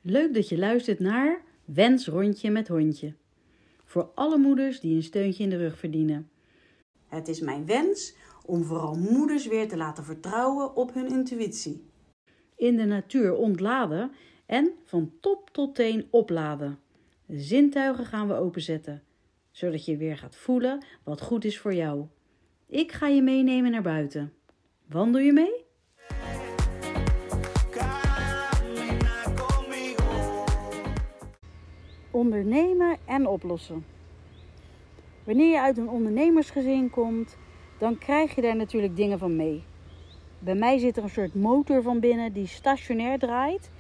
Leuk dat je luistert naar Wensrondje met Hondje. Voor alle moeders die een steuntje in de rug verdienen. Het is mijn wens om vooral moeders weer te laten vertrouwen op hun intuïtie. In de natuur ontladen en van top tot teen opladen. De zintuigen gaan we openzetten, zodat je weer gaat voelen wat goed is voor jou. Ik ga je meenemen naar buiten. Wandel je mee? Ondernemen en oplossen. Wanneer je uit een ondernemersgezin komt, dan krijg je daar natuurlijk dingen van mee. Bij mij zit er een soort motor van binnen die stationair draait.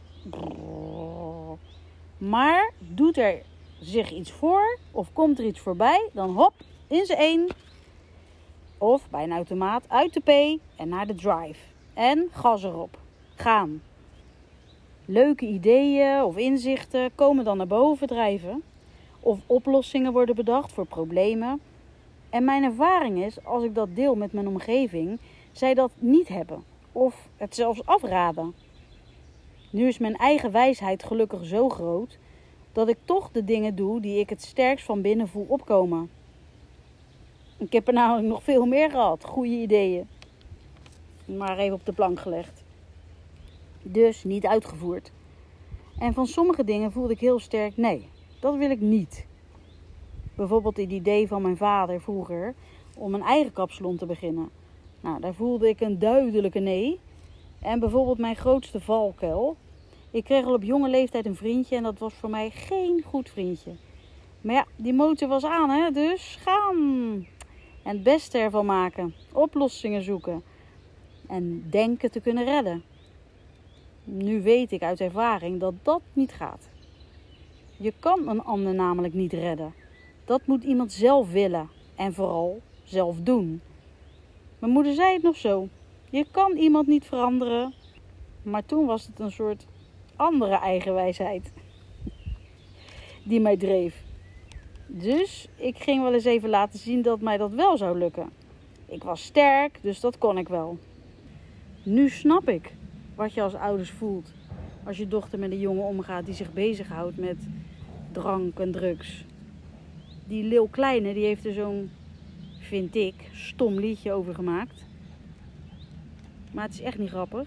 Maar doet er zich iets voor of komt er iets voorbij, dan hop, in z'n één. Of bij een automaat uit de P en naar de drive. En gas erop. Gaan. Leuke ideeën of inzichten komen dan naar boven drijven. Of oplossingen worden bedacht voor problemen. En mijn ervaring is, als ik dat deel met mijn omgeving, zij dat niet hebben. Of het zelfs afraden. Nu is mijn eigen wijsheid gelukkig zo groot, dat ik toch de dingen doe die ik het sterkst van binnen voel opkomen. Ik heb er namelijk nog veel meer gehad, goede ideeën. Maar even op de plank gelegd. Dus niet uitgevoerd. En van sommige dingen voelde ik heel sterk, nee, dat wil ik niet. Bijvoorbeeld het idee van mijn vader vroeger om een eigen kapsalon te beginnen. Nou, daar voelde ik een duidelijke nee. En bijvoorbeeld mijn grootste valkuil. Ik kreeg al op jonge leeftijd een vriendje en dat was voor mij geen goed vriendje. Maar ja, die motor was aan, hè? Dus gaan. En het beste ervan maken. Oplossingen zoeken. En denken te kunnen redden. Nu weet ik uit ervaring dat dat niet gaat. Je kan een ander namelijk niet redden. Dat moet iemand zelf willen. En vooral zelf doen. Mijn moeder zei het nog zo. Je kan iemand niet veranderen. Maar toen was het een soort andere eigenwijsheid. Die mij dreef. Dus ik ging wel eens even laten zien dat mij dat wel zou lukken. Ik was sterk, dus dat kon ik wel. Nu snap ik wat je als ouders voelt als je dochter met een jongen omgaat die zich bezighoudt met drank en drugs. Die Lil Kleine, die heeft er zo'n, vind ik, stom liedje over gemaakt. Maar het is echt niet grappig.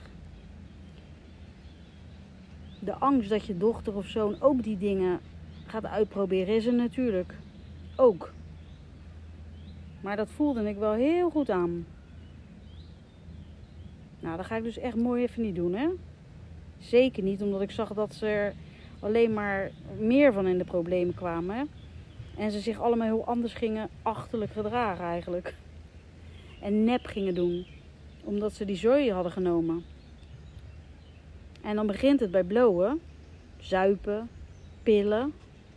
De angst dat je dochter of zoon ook die dingen gaat uitproberen is er natuurlijk ook. Maar dat voelde ik wel heel goed aan. Nou, dat ga ik dus echt mooi even niet doen, hè. Zeker niet, omdat ik zag dat ze er alleen maar meer van in de problemen kwamen. Hè? En ze zich allemaal heel anders gingen achterlijk gedragen eigenlijk. En nep gingen doen. Omdat ze die zooi hadden genomen. En dan begint het bij blowen. Zuipen. Pillen.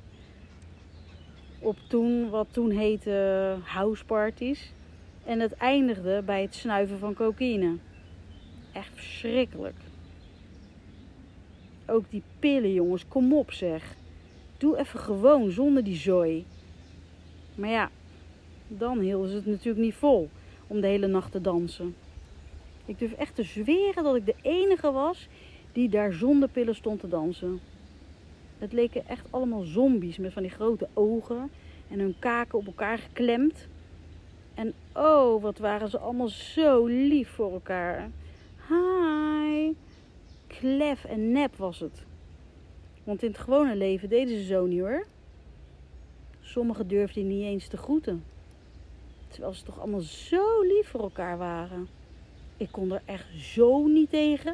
Op wat toen heette houseparties. En het eindigde bij het snuiven van cocaïne. Echt verschrikkelijk. Ook die pillen, jongens, kom op zeg. Doe even gewoon, zonder die zooi. Maar ja, dan hielden ze het natuurlijk niet vol om de hele nacht te dansen. Ik durf echt te zweren dat ik de enige was die daar zonder pillen stond te dansen. Het leken echt allemaal zombies met van die grote ogen en hun kaken op elkaar geklemd. En oh, wat waren ze allemaal zo lief voor elkaar. Hi. Klef en nep was het. Want in het gewone leven deden ze zo niet hoor. Sommigen durfden niet eens te groeten. Terwijl ze toch allemaal zo lief voor elkaar waren. Ik kon er echt zo niet tegen.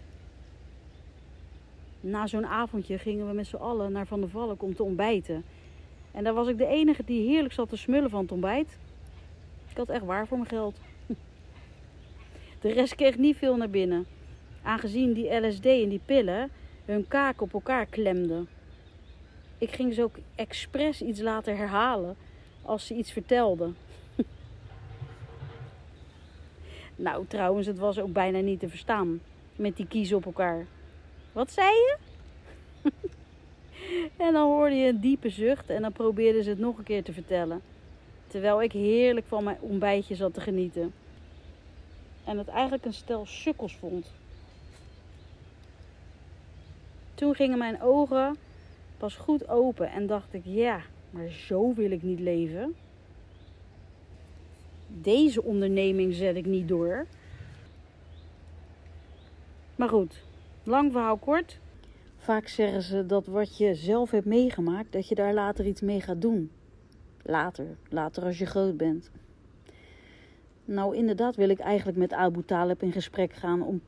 Na zo'n avondje gingen we met z'n allen naar Van der Valk om te ontbijten. En daar was ik de enige die heerlijk zat te smullen van het ontbijt. Ik had echt waar voor mijn geld. De rest kreeg niet veel naar binnen. Aangezien die LSD en die pillen hun kaak op elkaar klemden. Ik ging ze ook expres iets laten herhalen als ze iets vertelden. Nou, trouwens, het was ook bijna niet te verstaan met die kiezen op elkaar. Wat zei je? En dan hoorde je een diepe zucht en dan probeerden ze het nog een keer te vertellen. Terwijl ik heerlijk van mijn ontbijtje zat te genieten. En het eigenlijk een stel sukkels vond. Toen gingen mijn ogen pas goed open en dacht ik, ja, maar zo wil ik niet leven. Deze onderneming zet ik niet door. Maar goed, lang verhaal kort. Vaak zeggen ze dat wat je zelf hebt meegemaakt, dat je daar later iets mee gaat doen. Later als je groot bent. Nou, inderdaad wil ik eigenlijk met Abu Talib in gesprek gaan om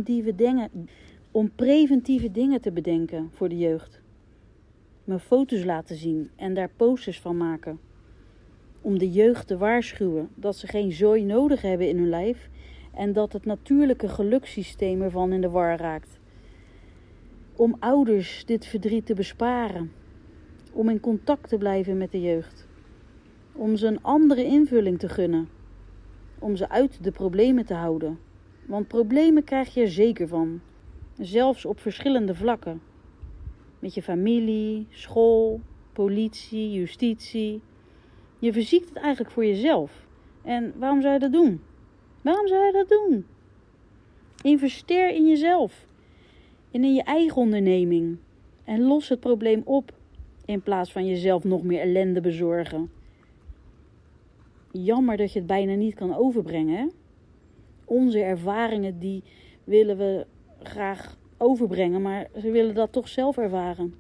preventieve dingen te bedenken voor de jeugd. Me foto's laten zien en daar posters van maken. Om de jeugd te waarschuwen dat ze geen zooi nodig hebben in hun lijf en dat het natuurlijke gelukssysteem ervan in de war raakt. Om ouders dit verdriet te besparen. Om in contact te blijven met de jeugd. Om ze een andere invulling te gunnen. Om ze uit de problemen te houden. Want problemen krijg je er zeker van. Zelfs op verschillende vlakken. Met je familie, school, politie, justitie. Je verziekt het eigenlijk voor jezelf. En waarom zou je dat doen? Waarom zou je dat doen? Investeer in jezelf. En in je eigen onderneming. En los het probleem op. In plaats van jezelf nog meer ellende bezorgen. Jammer dat je het bijna niet kan overbrengen. Hè? Onze ervaringen die willen we graag overbrengen. Maar ze willen dat toch zelf ervaren.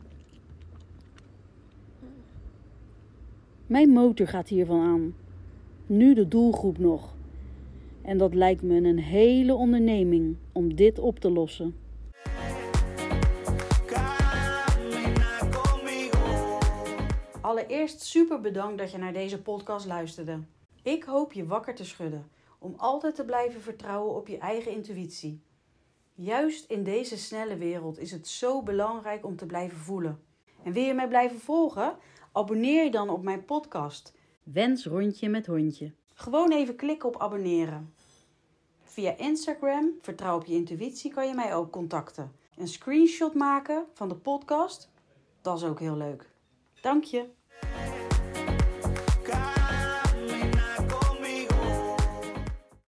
Mijn motor gaat hiervan aan. Nu de doelgroep nog. En dat lijkt me een hele onderneming om dit op te lossen. Allereerst super bedankt dat je naar deze podcast luisterde. Ik hoop je wakker te schudden om altijd te blijven vertrouwen op je eigen intuïtie. Juist in deze snelle wereld is het zo belangrijk om te blijven voelen. En wil je mij blijven volgen? Abonneer je dan op mijn podcast. Wens rondje met hondje. Gewoon even klikken op abonneren. Via Instagram, Vertrouw op je intuïtie, kan je mij ook contacten. Een screenshot maken van de podcast, dat is ook heel leuk. Dank je.